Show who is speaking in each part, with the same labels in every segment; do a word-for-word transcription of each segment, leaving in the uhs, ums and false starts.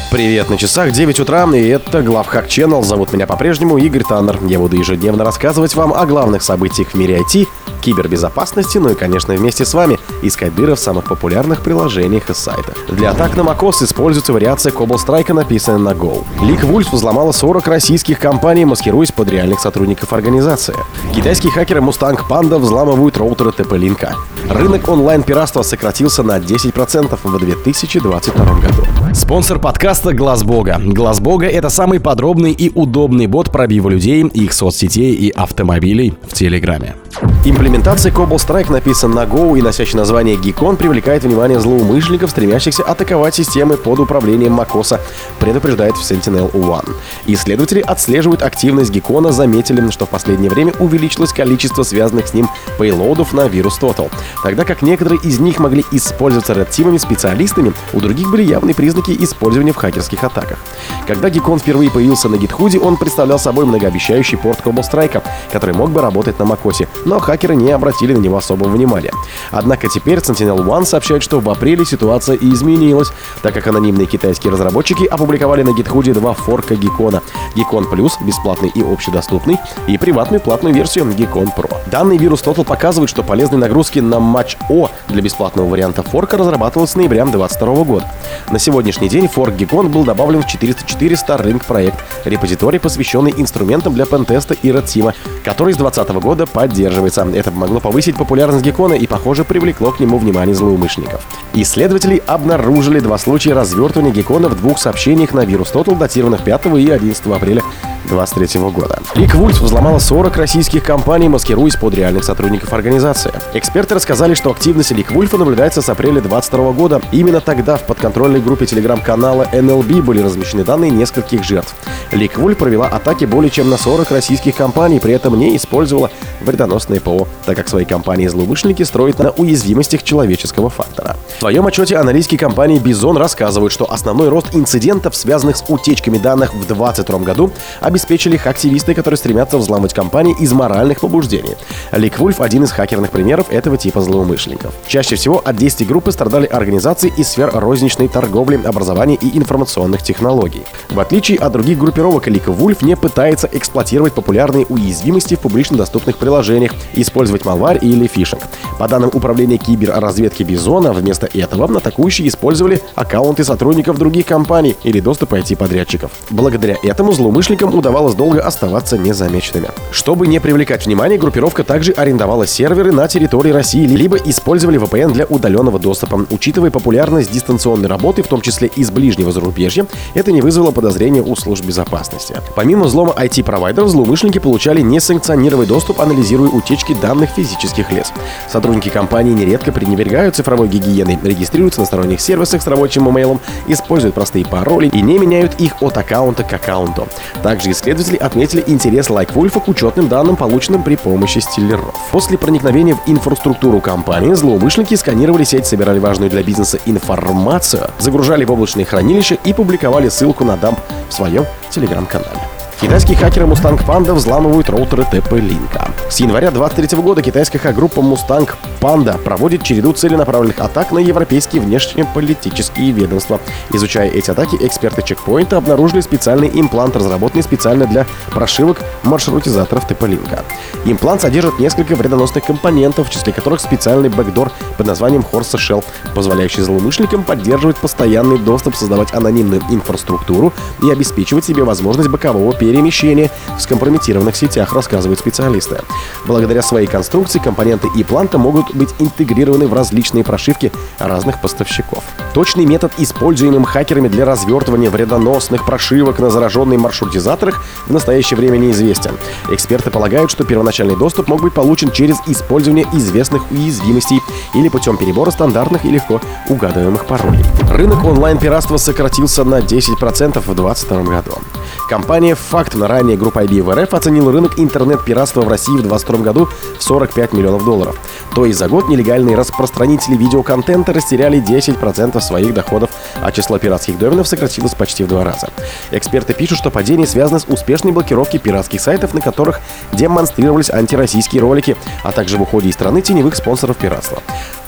Speaker 1: Привет, на часах девять утра, и это Главхак Channel. Зовут меня по-прежнему Игорь Таннер. Я буду ежедневно рассказывать вам о главных событиях в мире ай ти, кибербезопасности, ну и, конечно, вместе с вами искать дыры в самых популярных приложениях и сайтах. Для атак на macOS используется вариация Cobalt Strike, написанная на Go. LeakWolf взломала сорок российских компаний, маскируясь под реальных сотрудников организации. Китайские хакеры Mustang Panda взламывают роутеры ти пи-Link. Рынок онлайн-пиратства сократился на десять процентов в две тысячи двадцать втором году. Спонсор подкаста Глаз Бога. Глаз Бога — это самый подробный и удобный бот пробива людей, их соцсетей и автомобилей в Телеграме. Имплементация Cobalt Strike, написан на Go и носящий название Geekon, привлекает внимание злоумышленников, стремящихся атаковать системы под управлением macOS, предупреждает в Sentinel One. Исследователи отслеживают активность Geekon, заметили, что в последнее время увеличилось количество связанных с ним пейлоудов на VirusTotal. Тогда как некоторые из них могли использоваться ред-тимами специалистами, у других были явные признаки использования в хакерских атаках. Когда Geekon впервые появился на GitHub, он представлял собой многообещающий порт Cobalt Strike, который мог бы работать на macOS, но хакеры не обратили на него особого внимания. Однако теперь Sentinel One сообщает, что в апреле ситуация изменилась, так как анонимные китайские разработчики опубликовали на GitHub два форка Geekon. Geekon Plus, бесплатный и общедоступный, и приватную платную версию Geekon Pro. Данные VirusTotal показывают, что полезные нагрузки на Match.о для бесплатного варианта форка разрабатывалась с ноября две тысячи двадцать второго года. На сегодняшний день форк Geekon был добавлен в четыреста четыре Starlink проект, репозиторий, посвященный инструментам для пентеста и red-тима, который с две тысячи двадцатого года поддерживается. Это помогло повысить популярность Geekon и, похоже, привлекло к нему внимание злоумышленников. Исследователи обнаружили два случая развертывания Geekon в двух сообщениях на VirusTotal, датированных пятого и одиннадцатого апреля две тысячи двадцать третьего года. LeakWolf взломала сорок российских компаний, маскируясь под реальных сотрудников организации. Эксперты рассказали, что активность LeakWolf наблюдается с апреля две тысячи двадцать второго года. Именно тогда в подконтрольной группе телеграм-канала эн эл би были размещены данные нескольких жертв. LeakWolf провела атаки более чем на сорок российских компаний, при этом не использовала вредоносное ПО, так как свои компании злоумышленники строят на уязвимостях человеческого фактора. В своем отчете аналитики компании Bizon рассказывают, что основной рост инцидентов, связанных с утечками данных в две тысячи двадцать втором году, обеспечили их активисты, которые стремятся взламывать компании из моральных побуждений. LeakWolf — один из хакерных примеров этого типа злоумышленников. Чаще всего от действий группы страдали организации из сфер розничной торговли, образования и информационных технологий. В отличие от других группировок, LeakWolf не пытается эксплуатировать популярные уязвимости в публично доступных приложениях, использовать малварь или фишинг. По данным Управления киберразведки Бизона, вместо этого атакующие использовали аккаунты сотрудников других компаний или доступ ай ти-подрядчиков. Благодаря этому злоумышленникам удавалось долго оставаться незамеченными. Чтобы не привлекать внимание, группировка также арендовала серверы на территории России, либо использовали ви пи эн для удаленного доступа. Учитывая популярность дистанционной работы, в том числе из ближнего зарубежья, это не вызвало подозрения у служб безопасности. Помимо взлома ай ти-провайдеров, злоумышленники получали несанкционированный доступ, анализируя утечки данных физических лиц. Сотрудники компании нередко пренебрегают цифровой гигиеной, регистрируются на сторонних сервисах с рабочим имейлом, используют простые пароли и не меняют их от аккаунта к аккаунту. Также исследователи отметили интерес LeakWolf к учетным данным, полученным при помощи стиллеров. После проникновения в инфраструктуру компании злоумышленники сканировали сеть, собирали важную для бизнеса информацию, загружали в облачные хранилища и публиковали ссылку на дамп в своем телеграм-канале. Китайские хакеры Mustang Panda взламывают роутеры ти пи-Link. С января две тысячи двадцать третьего года китайская хак-группа Mustang Panda проводит череду целенаправленных атак на европейские внешнеполитические ведомства. Изучая эти атаки, эксперты чекпоинта обнаружили специальный имплант, разработанный специально для прошивок маршрутизаторов ти пи-Link. Имплант содержит несколько вредоносных компонентов, в числе которых специальный бэкдор под названием Horse Shell, позволяющий злоумышленникам поддерживать постоянный доступ, создавать анонимную инфраструктуру и обеспечивать себе возможность бокового перемещения в скомпрометированных сетях, рассказывают специалисты. Благодаря своей конструкции компоненты импланта могут быть интегрированы в различные прошивки разных поставщиков. Точный метод, используемый хакерами для развертывания вредоносных прошивок на зараженных маршрутизаторах, в настоящее время неизвестен. Эксперты полагают, что первоначальный доступ мог быть получен через использование известных уязвимостей или путем перебора стандартных и легко угадываемых паролей. Рынок онлайн-пиратства сократился на десять процентов в две тысячи двадцать втором году. Компания Факт, ранее группа ай би в эр эф, оценила рынок интернет-пиратства в России в две тысячи двадцать втором году в сорок пять миллионов долларов. То есть за год нелегальные распространители видеоконтента растеряли десять процентов своих доходов, а число пиратских доменов сократилось почти в два раза. Эксперты пишут, что падение связано с успешной блокировкой пиратских сайтов, на которых демонстрировались антироссийские ролики, а также в уходе из страны теневых спонсоров пиратства.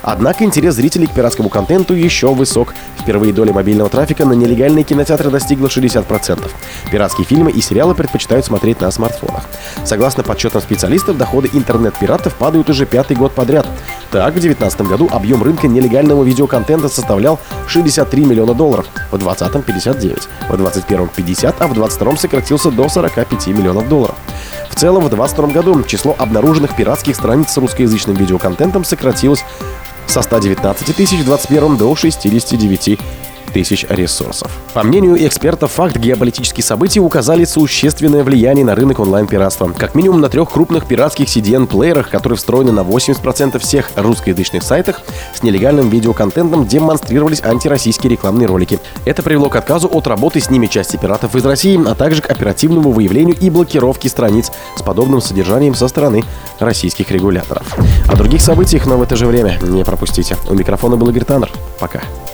Speaker 1: Однако интерес зрителей к пиратскому контенту еще высок. Впервые доля мобильного трафика на нелегальные кинотеатры достигла шестьдесят процентов. Пиратские фильмы и сериалы предпочитают смотреть на смартфонах. Согласно подсчетам специалистов, доходы интернет-пиратов падают уже пятый год подряд. Так, в две тысячи девятнадцатом году объем рынка нелегального видеоконтента составлял шестьдесят три миллиона долларов, в две тысячи двадцатом — пятьдесят девять, в две тысячи двадцать первом — пятьдесят, а в две тысячи двадцать втором сократился до сорока пяти миллионов долларов. В целом, в две тысячи двадцать втором году число обнаруженных пиратских страниц с русскоязычным видеоконтентом сократилось со ста девятнадцати тысяч в две тысячи двадцать первом до шестидесяти девяти тысяч ресурсов. По мнению экспертов, факт геополитических событий указали существенное влияние на рынок онлайн-пиратства. Как минимум на трех крупных пиратских си ди эн-плеерах, которые встроены на восемьдесят процентов всех русскоязычных сайтах, с нелегальным видеоконтентом демонстрировались антироссийские рекламные ролики. Это привело к отказу от работы с ними части пиратов из России, а также к оперативному выявлению и блокировке страниц с подобным содержанием со стороны российских регуляторов. О других событиях, но в это же время не пропустите. У микрофона был Игорь Таннер. Пока.